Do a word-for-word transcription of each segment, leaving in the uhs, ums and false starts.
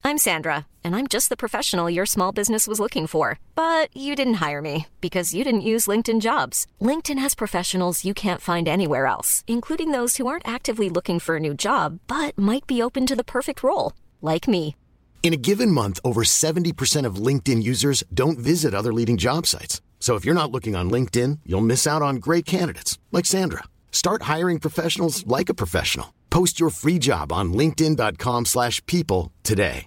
I'm Sandra, and I'm just the professional your small business was looking for. But you didn't hire me because you didn't use LinkedIn Jobs. LinkedIn has professionals you can't find anywhere else, including those who aren't actively looking for a new job, but might be open to the perfect role, like me. In a given month, over seventy percent of LinkedIn users don't visit other leading job sites. So if you're not looking on LinkedIn, you'll miss out on great candidates like Sandra. Start hiring professionals like a professional. Post your free job on linkedin dot com slash people today.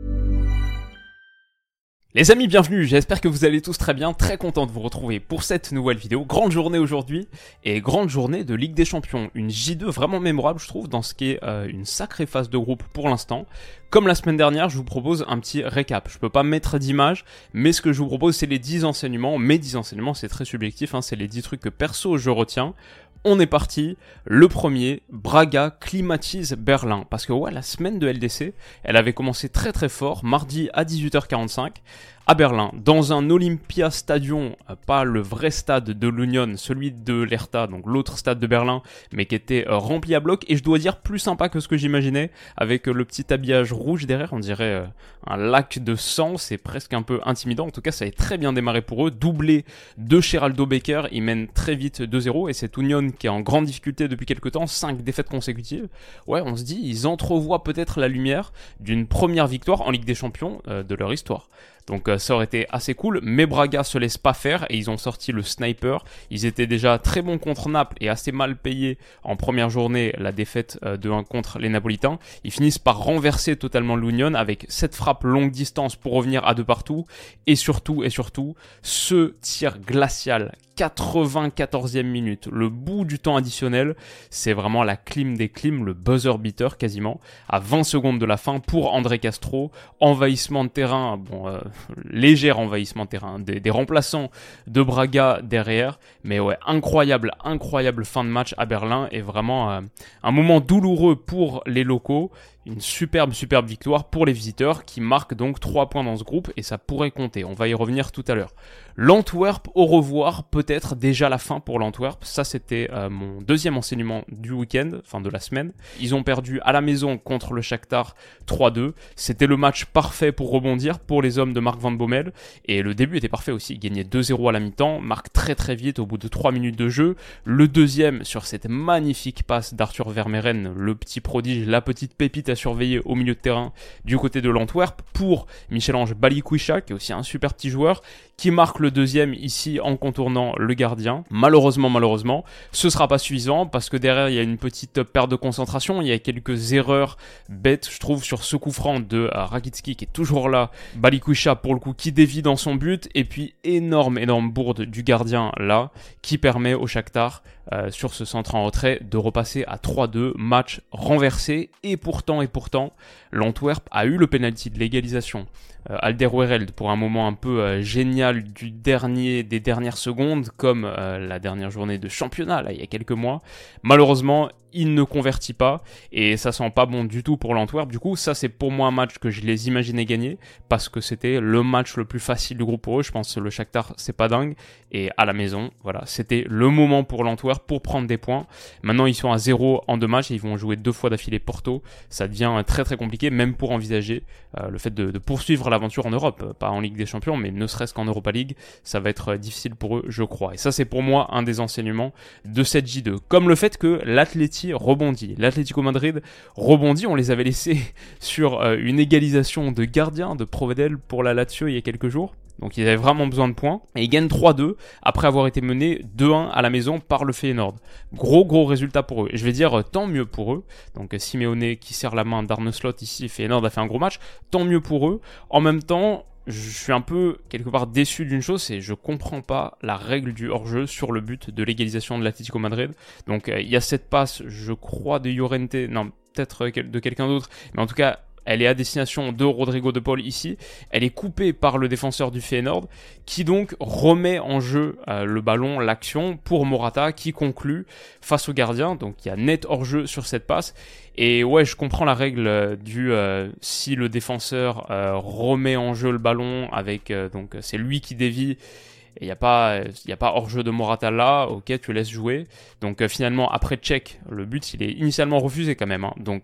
Les amis, bienvenue, j'espère que vous allez tous très bien, très content de vous retrouver pour cette nouvelle vidéo. Grande journée aujourd'hui, et grande journée de Ligue des Champions, une J deux vraiment mémorable je trouve, dans ce qui est euh, une sacrée phase de groupe pour l'instant. Comme la semaine dernière, je vous propose un petit récap. Je peux pas mettre d'image, mais ce que je vous propose c'est les dix enseignements. Mes dix enseignements, c'est très subjectif, hein, c'est les dix trucs que perso je retiens. On est parti, le premier, Braga climatise Berlin, parce que ouais, la semaine de L D C, elle avait commencé très très fort, mardi à dix-huit heures quarante-cinq, à Berlin, dans un Olympia Stadion, pas le vrai stade de l'Union, celui de l'Hertha, donc l'autre stade de Berlin, mais qui était rempli à bloc, et je dois dire plus sympa que ce que j'imaginais, avec le petit habillage rouge derrière, on dirait un lac de sang, c'est presque un peu intimidant, en tout cas ça a très bien démarré pour eux, doublé de Geraldo Becker, ils mènent très vite deux zéro, et cette Union qui est en grande difficulté depuis quelques temps, cinq défaites consécutives, ouais on se dit, ils entrevoient peut-être la lumière d'une première victoire en Ligue des Champions euh, de leur histoire. Donc euh, ça aurait été assez cool, mais Braga se laisse pas faire et ils ont sorti le sniper. Ils étaient déjà très bons contre Naples et assez mal payés en première journée, la défaite euh, de un contre les Napolitains. Ils finissent par renverser totalement l'Union avec sept frappes longue distance pour revenir à deux partout et surtout et surtout ce tir glacial. quatre-vingt-quatorzième minute, le bout du temps additionnel, c'est vraiment la clim des clims, le buzzer beater quasiment, à vingt secondes de la fin pour André Castro, envahissement de terrain, bon, euh, léger envahissement de terrain, des, des remplaçants de Braga derrière, mais ouais, incroyable, incroyable fin de match à Berlin, et vraiment euh, un moment douloureux pour les locaux. Une superbe, superbe victoire pour les visiteurs qui marquent donc trois points dans ce groupe et ça pourrait compter. On va y revenir tout à l'heure. L'Antwerp, au revoir, peut-être déjà la fin pour l'Antwerp. Ça, c'était euh, mon deuxième enseignement du week-end, enfin de la semaine. Ils ont perdu à la maison contre le Shakhtar trois deux. C'était le match parfait pour rebondir pour les hommes de Mark Van Bommel. Et le début était parfait aussi. Ils gagnaient deux zéro à la mi-temps, marquent très très vite au bout de trois minutes de jeu. Le deuxième sur cette magnifique passe d'Arthur Vermeeren, le petit prodige, la petite pépite à surveiller au milieu de terrain du côté de l'Antwerp pour Michel-Ange Balikwisha, qui est aussi un super petit joueur, qui marque le deuxième ici en contournant le gardien. Malheureusement, malheureusement, ce sera pas suffisant parce que derrière il y a une petite perte de concentration, il y a quelques erreurs bêtes, je trouve, sur ce coup franc de Rakitski qui est toujours là, Balikwisha pour le coup qui dévie dans son but, et puis énorme, énorme bourde du gardien là, qui permet au Shakhtar, euh, sur ce centre en retrait, de repasser à trois deux, match renversé, et pourtant, et pourtant, l'Antwerp a eu le penalty de l'égalisation. Euh, Alderweireld pour un moment un peu euh, génial du dernier, des dernières secondes, comme euh, la dernière journée de championnat, là, il y a quelques mois. Malheureusement, il ne convertit pas, et ça sent pas bon du tout pour l'Antwerp. Du coup, ça c'est pour moi un match que je les imaginais gagner, parce que c'était le match le plus facile du groupe pour eux. Je pense que le Shakhtar, c'est pas dingue, et à la maison, voilà, c'était le moment pour l'Antwerp pour prendre des points. Maintenant, ils sont à zéro en deux matchs, et ils vont jouer deux fois d'affilée Porto. Ça devient très très compliqué, même pour envisager euh, le fait de, de poursuivre l'aventure en Europe, pas en Ligue des Champions, mais ne serait-ce qu'en Europa League, ça va être difficile pour eux, je crois. Et ça, c'est pour moi un des enseignements de cette J deux. Comme le fait que l'Atleti rebondit. L'Atlético Madrid rebondit, on les avait laissés sur euh, une égalisation de gardien de Provedel pour la Lazio il y a quelques jours. Donc ils avaient vraiment besoin de points. Et ils gagnent trois deux après avoir été menés deux un à la maison par le Feyenoord. Gros gros résultat pour eux. Et je vais dire tant mieux pour eux. Donc Simeone qui serre la main d'Arne Slot ici, Feyenoord a fait un gros match. Tant mieux pour eux. En même temps, je suis un peu quelque part déçu d'une chose, c'est que je comprends pas la règle du hors-jeu sur le but de l'égalisation de l'Atlético Madrid. Donc il y a cette passe, je crois, de Llorente, non peut-être de quelqu'un d'autre, mais en tout cas elle est à destination de Rodrigo de Paul ici, elle est coupée par le défenseur du Feyenoord, qui donc remet en jeu euh, le ballon, l'action, pour Morata, qui conclut face au gardien, donc il y a net hors-jeu sur cette passe, et ouais, je comprends la règle euh, du euh, si le défenseur euh, remet en jeu le ballon, avec euh, donc c'est lui qui dévie, et il n'y a pas, il y a pas hors-jeu de Morata là, ok, tu laisses jouer. Donc euh, finalement, après check, le but, il est initialement refusé quand même. Hein. Donc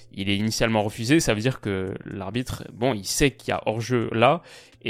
il est initialement refusé, ça veut dire que l'arbitre, bon, il sait qu'il y a hors-jeu là,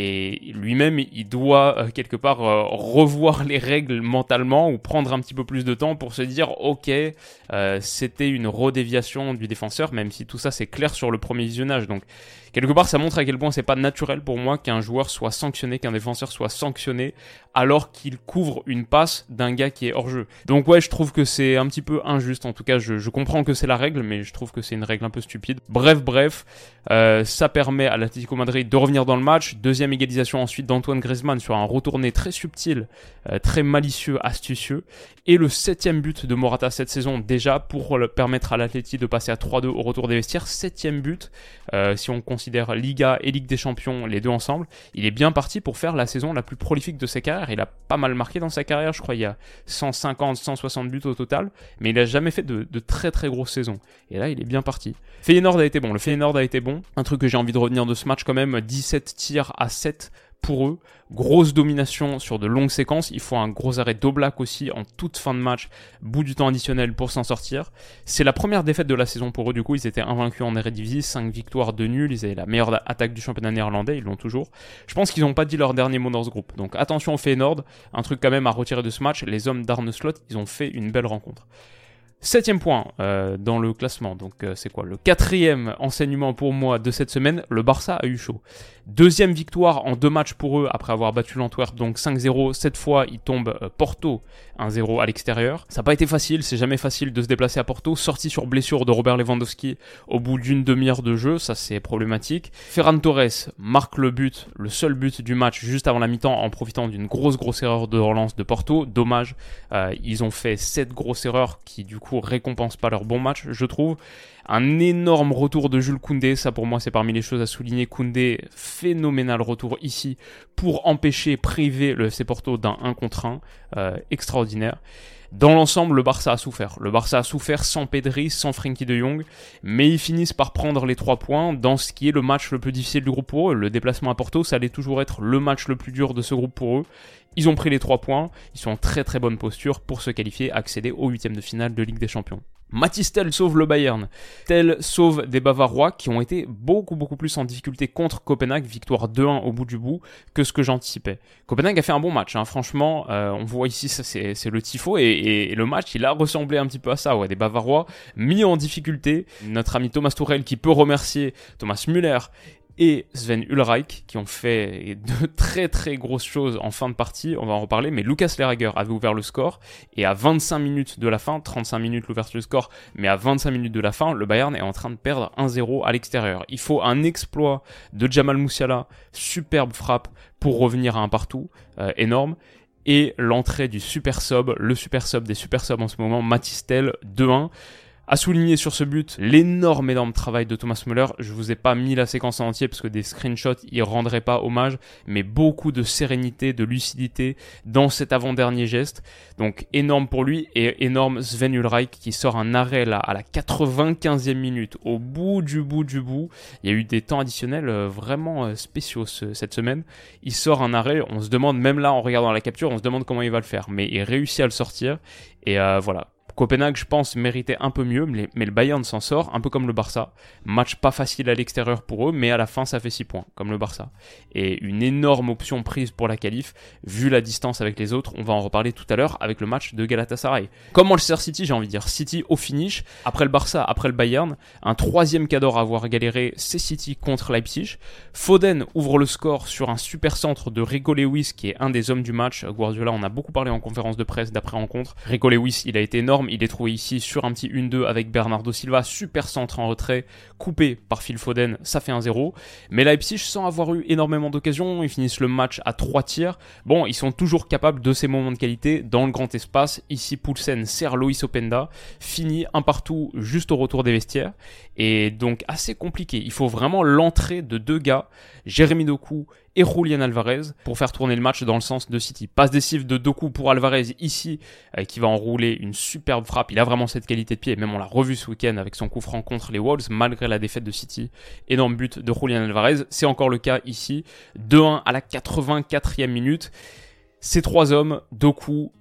et lui-même, il doit euh, quelque part euh, revoir les règles mentalement ou prendre un petit peu plus de temps pour se dire « Ok, euh, c'était une redéviation du défenseur », même si tout ça c'est clair sur le premier visionnage. Donc quelque part, ça montre à quel point c'est pas naturel pour moi qu'un joueur soit sanctionné, qu'un défenseur soit sanctionné alors qu'il couvre une passe d'un gars qui est hors-jeu. Donc ouais, je trouve que c'est un petit peu injuste. En tout cas, je, je comprends que c'est la règle, mais je trouve que c'est une règle un peu stupide. Bref, bref, euh, ça permet à l'Atlético Madrid de revenir dans le match. Deuxième égalisation ensuite d'Antoine Griezmann sur un retourné très subtil, euh, très malicieux, astucieux. Et le septième but de Morata cette saison déjà pour le permettre à l'Atleti de passer à trois deux au retour des vestiaires. Septième but, euh, si on considère Liga et Ligue des Champions les deux ensemble. Il est bien parti pour faire la saison la plus prolifique de sa carrière. Il a pas mal marqué dans sa carrière, je crois il y a cent cinquante, cent soixante buts au total, mais il a jamais fait de, de très très grosses saisons. Et là, il est bien parti. Feyenoord a été bon, le Feyenoord a été bon. Un truc que j'ai envie de retenir de ce match quand même, dix-sept tirs à sept pour eux, grosse domination sur de longues séquences, il faut un gros arrêt d'Oblak aussi en toute fin de match, bout du temps additionnel pour s'en sortir. C'est la première défaite de la saison pour eux, du coup ils étaient invaincus en Eredivisie, cinq victoires, deux nuls, ils avaient la meilleure attaque du championnat néerlandais, ils l'ont toujours. Je pense qu'ils n'ont pas dit leur dernier mot dans ce groupe, donc attention au Feyenoord, un truc quand même à retirer de ce match, les hommes d'Arne Slot, ils ont fait une belle rencontre. Septième point euh, dans le classement, donc euh, c'est quoi le quatrième enseignement pour moi de cette semaine, le Barça a eu chaud. Deuxième victoire en deux matchs pour eux après avoir battu l'Antwerp, donc cinq zéro, cette fois ils tombent euh, Porto un zéro à l'extérieur. Ça n'a pas été facile, c'est jamais facile de se déplacer à Porto, sorti sur blessure de Robert Lewandowski au bout d'une demi-heure de jeu, ça c'est problématique. Ferran Torres marque le but, le seul but du match juste avant la mi-temps en profitant d'une grosse grosse erreur de relance de Porto, dommage, euh, ils ont fait sept grosses erreurs qui du coup récompense pas leur bon match, je trouve. Un énorme retour de Jules Koundé, ça pour moi c'est parmi les choses à souligner. Koundé, phénoménal retour ici pour empêcher, priver le F C Porto d'un un contre un, euh, extraordinaire. Dans l'ensemble, le Barça a souffert. Le Barça a souffert sans Pedri, sans Frenkie de Jong, mais ils finissent par prendre les trois points dans ce qui est le match le plus difficile du groupe pour eux. Le déplacement à Porto, ça allait toujours être le match le plus dur de ce groupe pour eux. Ils ont pris les trois points, ils sont en très très bonne posture pour se qualifier, accéder au huitième de finale de Ligue des Champions. Mathys Tel sauve le Bayern. Tel sauve des Bavarois qui ont été beaucoup beaucoup plus en difficulté contre Copenhague, victoire deux un au bout du bout, que ce que j'anticipais. Copenhague a fait un bon match, hein. Franchement, euh, on voit ici, ça c'est, c'est le tifo, et, et, et le match il a ressemblé un petit peu à ça, ouais, des Bavarois mis en difficulté. Notre ami Thomas Tuchel qui peut remercier Thomas Müller et Sven Ulreich qui ont fait de très très grosses choses en fin de partie, on va en reparler, mais Lucas Lerager avait ouvert le score, et à vingt-cinq minutes de la fin, trente-cinq minutes l'ouverture du score, mais à vingt-cinq minutes de la fin, le Bayern est en train de perdre un zéro à l'extérieur. Il faut un exploit de Jamal Musiala, superbe frappe pour revenir à un partout, euh, énorme, et l'entrée du super sub, le super sub des super subs en ce moment, Mathys Tel, deux un. À souligner sur ce but l'énorme énorme travail de Thomas Müller. Je vous ai pas mis la séquence en entier parce que des screenshots y rendraient pas hommage, mais beaucoup de sérénité, de lucidité dans cet avant-dernier geste. Donc énorme pour lui, et énorme Sven Ulreich qui sort un arrêt là à la quatre-vingt-quinzième minute, au bout du bout du bout. Il y a eu des temps additionnels euh, vraiment euh, spéciaux ce, cette semaine. Il sort un arrêt, on se demande, même là en regardant la capture, on se demande comment il va le faire, mais il réussit à le sortir, et euh, voilà. Copenhague, je pense, méritait un peu mieux, mais le Bayern s'en sort, un peu comme le Barça. Match pas facile à l'extérieur pour eux, mais à la fin, ça fait six points, comme le Barça. Et une énorme option prise pour la qualif, vu la distance avec les autres. On va en reparler tout à l'heure avec le match de Galatasaray. Comme Manchester City, j'ai envie de dire, City au finish, après le Barça, après le Bayern, un troisième cadre à avoir galéré, c'est City contre Leipzig. Foden ouvre le score sur un super centre de Rico Lewis, qui est un des hommes du match. Guardiola, on a beaucoup parlé en conférence de presse d'après-rencontre. Rico Lewis, il a été énorme. Il est trouvé ici sur un petit un deux avec Bernardo Silva, super centre en retrait, coupé par Phil Foden, ça fait un zéro. Mais Leipzig, sans avoir eu énormément d'occasions, ils finissent le match à trois tirs. Bon, ils sont toujours capables de ces moments de qualité dans le grand espace. Ici, Poulsen sert Loïs Openda, finit un partout juste au retour des vestiaires. Et donc assez compliqué. Il faut vraiment l'entrée de deux gars, Jérémy Doku et Julian Alvarez, pour faire tourner le match dans le sens de City. Passe décisive de Doku pour Alvarez ici, euh, qui va enrouler une superbe frappe. Il a vraiment cette qualité de pied, même on l'a revu ce week-end avec son coup franc contre les Wolves, malgré la défaite de City. Énorme but de Julian Alvarez, c'est encore le cas ici. deux un à la quatre-vingt-quatrième minute. Ces trois hommes, Doku,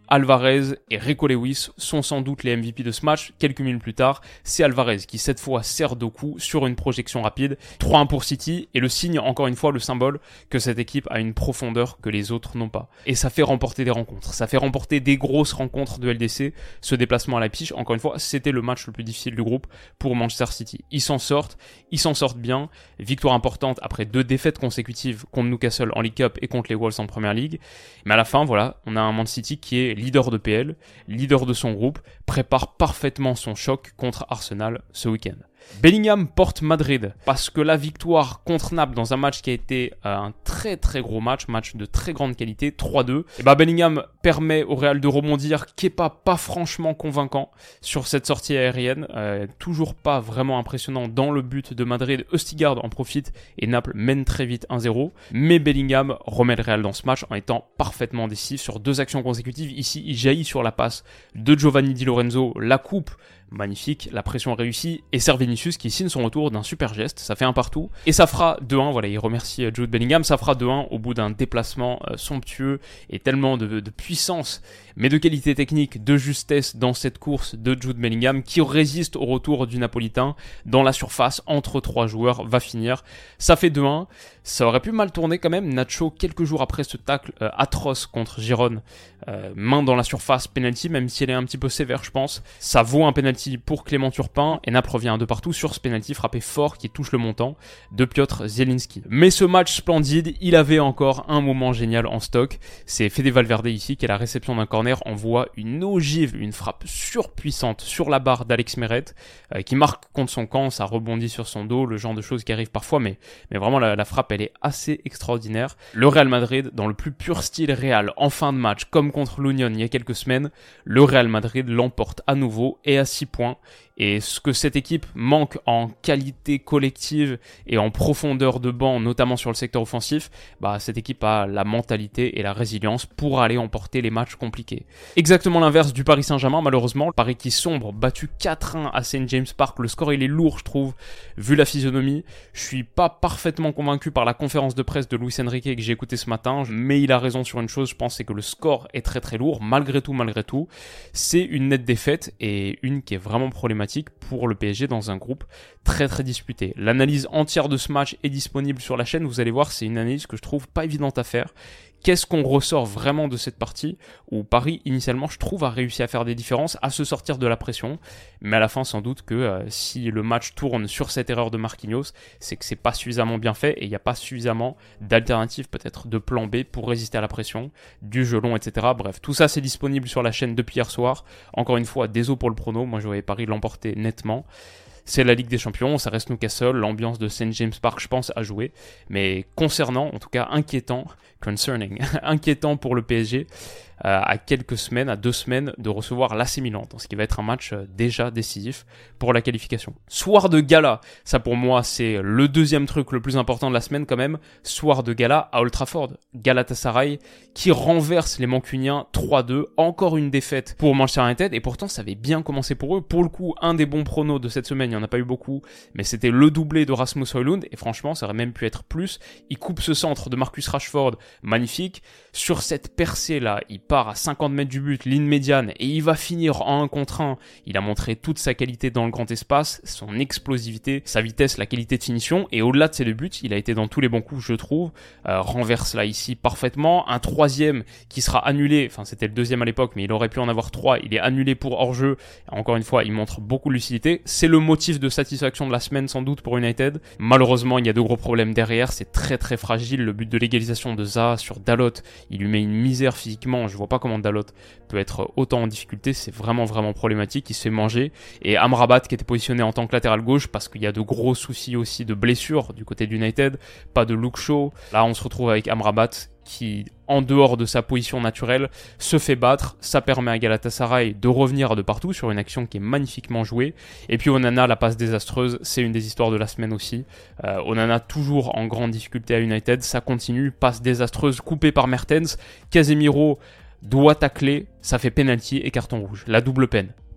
Alvarez et Rico Lewis sont sans doute les M V P de ce match. Quelques minutes plus tard, c'est Alvarez qui cette fois sert Doku sur une projection rapide. trois un pour City et le signe encore une fois le symbole que cette équipe a une profondeur que les autres n'ont pas. Et ça fait remporter des rencontres, ça fait remporter des grosses rencontres de L D C. Ce déplacement à Leipzig, encore une fois, c'était le match le plus difficile du groupe pour Manchester City. Ils s'en sortent, ils s'en sortent bien. Victoire importante après deux défaites consécutives contre Newcastle en League Cup et contre les Wolves en Premier League. Mais à la fin, voilà, on a un Man City qui est leader de P L, leader de son groupe, prépare parfaitement son choc contre Arsenal ce week-end. Bellingham porte Madrid parce que la victoire contre Naples dans un match qui a été euh, un très très gros match, match de très grande qualité, trois deux, et bah Bellingham permet au Real de rebondir, Kepa pas franchement convaincant sur cette sortie aérienne, euh, toujours pas vraiment impressionnant dans le but de Madrid. Østigard en profite et Naples mène très vite un zéro, mais Bellingham remet le Real dans ce match en étant parfaitement décisif sur deux actions consécutives. Ici il jaillit sur la passe de Giovanni Di Lorenzo, la coupe magnifique, la pression réussie, et Serre Vinicius qui signe son retour d'un super geste, ça fait un partout, et ça fera deux un, voilà, il remercie Jude Bellingham, ça fera deux un au bout d'un déplacement euh, somptueux et tellement de, de puissance, mais de qualité technique, de justesse dans cette course de Jude Bellingham qui résiste au retour du Napolitain dans la surface entre trois joueurs, va finir, ça fait deux un, ça aurait pu mal tourner quand même. Nacho, quelques jours après ce tacle euh, atroce contre Girone, euh, main dans la surface, penalty, même si elle est un petit peu sévère je pense, ça vaut un penalty pour Clément Turpin, et Naples revient un de partout sur ce penalty frappé fort qui touche le montant de Piotr Zielinski. Mais ce match splendide, il avait encore un moment génial en stock, c'est Fede Valverde ici qui à la réception d'un corner envoie une ogive, une frappe surpuissante sur la barre d'Alex Meret, euh, qui marque contre son camp, ça rebondit sur son dos, le genre de choses qui arrivent parfois, mais, mais vraiment la, la frappe elle est assez extraordinaire. Le Real Madrid, dans le plus pur style Real, en fin de match, comme contre l'Union il y a quelques semaines, le Real Madrid l'emporte à nouveau et à six points. Et ce que cette équipe manque en qualité collective et en profondeur de banc, notamment sur le secteur offensif, bah cette équipe a la mentalité et la résilience pour aller emporter les matchs compliqués. Exactement l'inverse du Paris Saint-Germain, malheureusement. Paris qui sombre, battu quatre un à Saint James Park. Le score il est lourd, je trouve, vu la physionomie. Je suis pas parfaitement convaincu par la conférence de presse de Luis Enrique que j'ai écouté ce matin, mais il a raison sur une chose, je pense, c'est que le score est très très lourd. Malgré tout, malgré tout, c'est une nette défaite et une qui est vraiment problématique pour le P S G dans un groupe très très disputé. L'analyse entière de ce match est disponible sur la chaîne, vous allez voir, c'est une analyse que je trouve pas évidente à faire. Qu'est-ce qu'on ressort vraiment de cette partie où Paris, initialement, je trouve, a réussi à faire des différences, à se sortir de la pression, mais à la fin, sans doute que euh, si le match tourne sur cette erreur de Marquinhos, c'est que c'est pas suffisamment bien fait et il n'y a pas suffisamment d'alternatives, peut-être de plan B pour résister à la pression, du jeu long, et cetera. Bref, tout ça, c'est disponible sur la chaîne depuis hier soir. Encore une fois, désolé pour le prono, moi je voyais Paris l'emporter nettement. C'est la Ligue des Champions, ça reste Newcastle, l'ambiance de Saint James Park, je pense, à jouer. Mais concernant, en tout cas inquiétant, concerning, inquiétant pour le P S G, euh, à quelques semaines, à deux semaines de recevoir l'A C Milan, dans ce qui va être un match euh, déjà décisif pour la qualification. Soir de gala, ça pour moi c'est le deuxième truc le plus important de la semaine quand même, soir de gala à Old Trafford. Galatasaray qui renverse les Mancuniens trois deux, encore une défaite pour Manchester United, et pourtant ça avait bien commencé pour eux. Pour le coup, un des bons pronos de cette semaine, il n'y en a pas eu beaucoup, mais c'était le doublé de Rasmus Højlund, et franchement ça aurait même pu être plus. Il coupe ce centre de Marcus Rashford, magnifique. Sur cette percée là, il part à cinquante mètres du but, ligne médiane, et il va finir en un contre un. Il a montré toute sa qualité dans le grand espace, son explosivité, sa vitesse, la qualité de finition, et au-delà de ses deux buts, il a été dans tous les bons coups, je trouve. Euh, renverse là ici parfaitement. Un troisième qui sera annulé, enfin c'était le deuxième à l'époque, mais il aurait pu en avoir trois, il est annulé pour hors-jeu. Encore une fois, il montre beaucoup de lucidité. C'est le motif de satisfaction de la semaine sans doute pour United. Malheureusement, il y a de gros problèmes derrière, c'est très très fragile. Le but de l'égalisation de Zaha sur Dalot, il lui met une misère physiquement, je vois pas comment Dalot peut être autant en difficulté, c'est vraiment vraiment problématique, il se fait manger. Et Amrabat qui était positionné en tant que latéral gauche parce qu'il y a de gros soucis aussi de blessures du côté d'United, pas de Luke Shaw. Là on se retrouve avec Amrabat qui, en dehors de sa position naturelle, se fait battre. Ça permet à Galatasaray de revenir de partout sur une action qui est magnifiquement jouée. Et puis Onana, la passe désastreuse, c'est une des histoires de la semaine aussi. Euh, Onana toujours en grande difficulté à United, ça continue, passe désastreuse coupée par Mertens. Casemiro doit tacler, ça fait penalty et carton rouge, la double peine.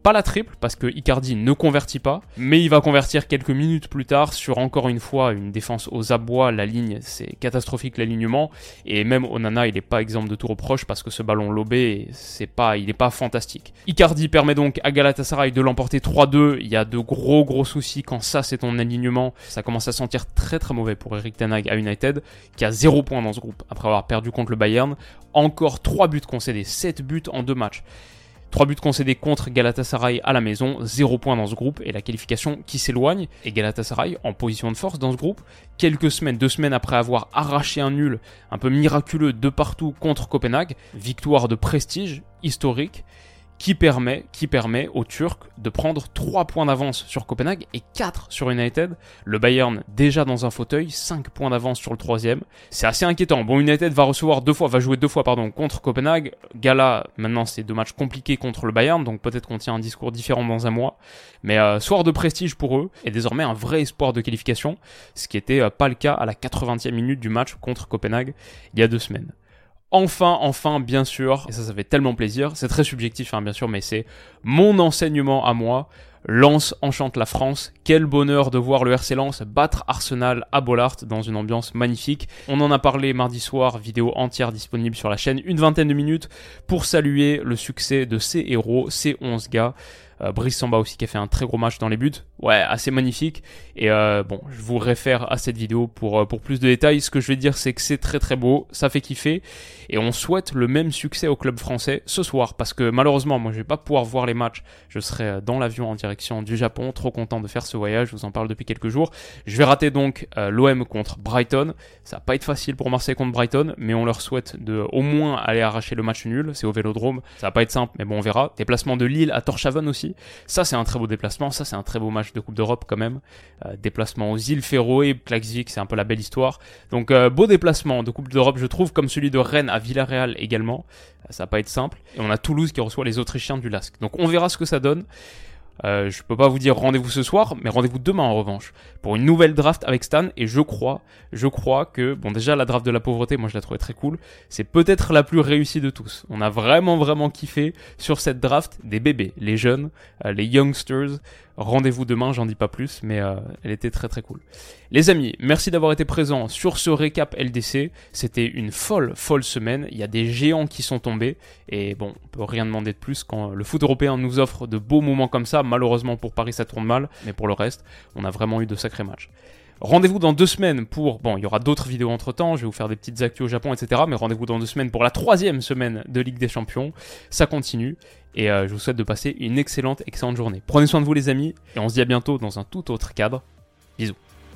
Pas la triple, parce que Icardi ne convertit pas, mais il va convertir quelques minutes plus tard sur encore une fois une défense aux abois. La ligne, c'est catastrophique l'alignement, et même Onana, il n'est pas exempt de tout reproche parce que ce ballon lobé, c'est pas, il n'est pas fantastique. Icardi permet donc à Galatasaray de l'emporter trois deux. Il y a de gros gros soucis quand ça c'est ton alignement. Ça commence à sentir très très mauvais pour Erik ten Hag à United, qui a zéro point dans ce groupe après avoir perdu contre le Bayern. Encore trois buts concédés, sept buts en deux matchs. trois buts concédés contre Galatasaray à la maison, zéro point dans ce groupe et la qualification qui s'éloigne. Et Galatasaray en position de force dans ce groupe, quelques semaines, deux semaines après avoir arraché un nul un peu miraculeux de partout contre Copenhague, victoire de prestige historique qui permet, qui permet aux Turcs de prendre trois points d'avance sur Copenhague et quatre sur United. Le Bayern déjà dans un fauteuil, cinq points d'avance sur le troisième. C'est assez inquiétant. Bon, United va recevoir deux fois, va jouer deux fois pardon contre Copenhague. Gala, maintenant c'est deux matchs compliqués contre le Bayern, donc peut-être qu'on tient un discours différent dans un mois. Mais euh, soir de prestige pour eux et désormais un vrai espoir de qualification, ce qui était euh, pas le cas à la quatre-vingtième minute du match contre Copenhague il y a deux semaines. Enfin, enfin, bien sûr, et ça, ça fait tellement plaisir, c'est très subjectif, hein, bien sûr, mais c'est mon enseignement à moi. Lens enchante la France. Quel bonheur de voir le R C Lens battre Arsenal à Bollaert dans une ambiance magnifique. On en a parlé mardi soir, vidéo entière disponible sur la chaîne, une vingtaine de minutes pour saluer le succès de ces héros, ces onze gars. Euh, Brice Samba aussi qui a fait un très gros match dans les buts. Ouais, assez magnifique. Et euh, bon, je vous réfère à cette vidéo pour, euh, pour plus de détails. Ce que je vais dire, c'est que c'est très très beau, ça fait kiffer. Et on souhaite le même succès au club français ce soir. Parce que malheureusement, moi je vais pas pouvoir voir les matchs. Je serai dans l'avion en direction du Japon. Trop content de faire ce voyage, je vous en parle depuis quelques jours. Je vais rater donc euh, l'O M contre Brighton. Ça va pas être facile pour Marseille contre Brighton, mais on leur souhaite de au moins aller arracher le match nul. C'est au Vélodrome. Ça va pas être simple, mais bon, on verra. Déplacement de Lille à Tórshavn aussi. Ça, c'est un très beau déplacement. Ça, c'est un très beau match de Coupe d'Europe quand même. Euh, déplacement aux îles Féroé, Klaksvik, c'est un peu la belle histoire. Donc, euh, beau déplacement de Coupe d'Europe, je trouve, comme celui de Rennes à Villarreal également. Euh, ça va pas être simple. Et on a Toulouse qui reçoit les Autrichiens du L A S K. Donc, on verra ce que ça donne. Euh, je peux pas vous dire rendez-vous ce soir, mais rendez-vous demain en revanche pour une nouvelle draft avec Stan. Et je crois, je crois que bon déjà la draft de la pauvreté, moi je la trouvais très cool. C'est peut-être la plus réussie de tous. On a vraiment vraiment kiffé sur cette draft des bébés, les jeunes, euh, les youngsters. Rendez-vous demain, j'en dis pas plus, mais euh, elle était très très cool. Les amis, merci d'avoir été présents sur ce récap L D C. C'était une folle, folle semaine. Il y a des géants qui sont tombés. Et bon, on peut rien demander de plus quand le foot européen nous offre de beaux moments comme ça. Malheureusement pour Paris, ça tourne mal. Mais pour le reste, on a vraiment eu de sacrés matchs. Rendez-vous dans deux semaines pour... Bon, il y aura d'autres vidéos entre-temps, je vais vous faire des petites actus au Japon, et cetera. Mais rendez-vous dans deux semaines pour la troisième semaine de Ligue des Champions. Ça continue. Et euh, je vous souhaite de passer une excellente, excellente journée. Prenez soin de vous les amis. Et on se dit à bientôt dans un tout autre cadre. Bisous.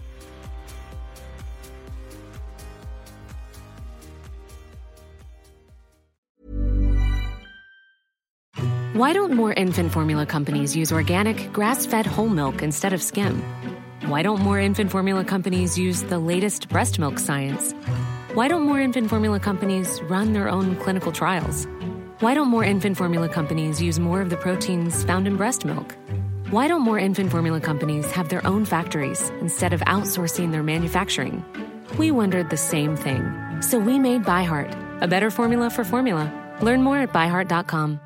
Why don't more infant formula companies use organic, grass-fed whole milk instead of skim? Why don't more infant formula companies use the latest breast milk science? Why don't more infant formula companies run their own clinical trials? Why don't more infant formula companies use more of the proteins found in breast milk? Why don't more infant formula companies have their own factories instead of outsourcing their manufacturing? We wondered the same thing. So we made ByHeart, a better formula for formula. Learn more at by heart dot com.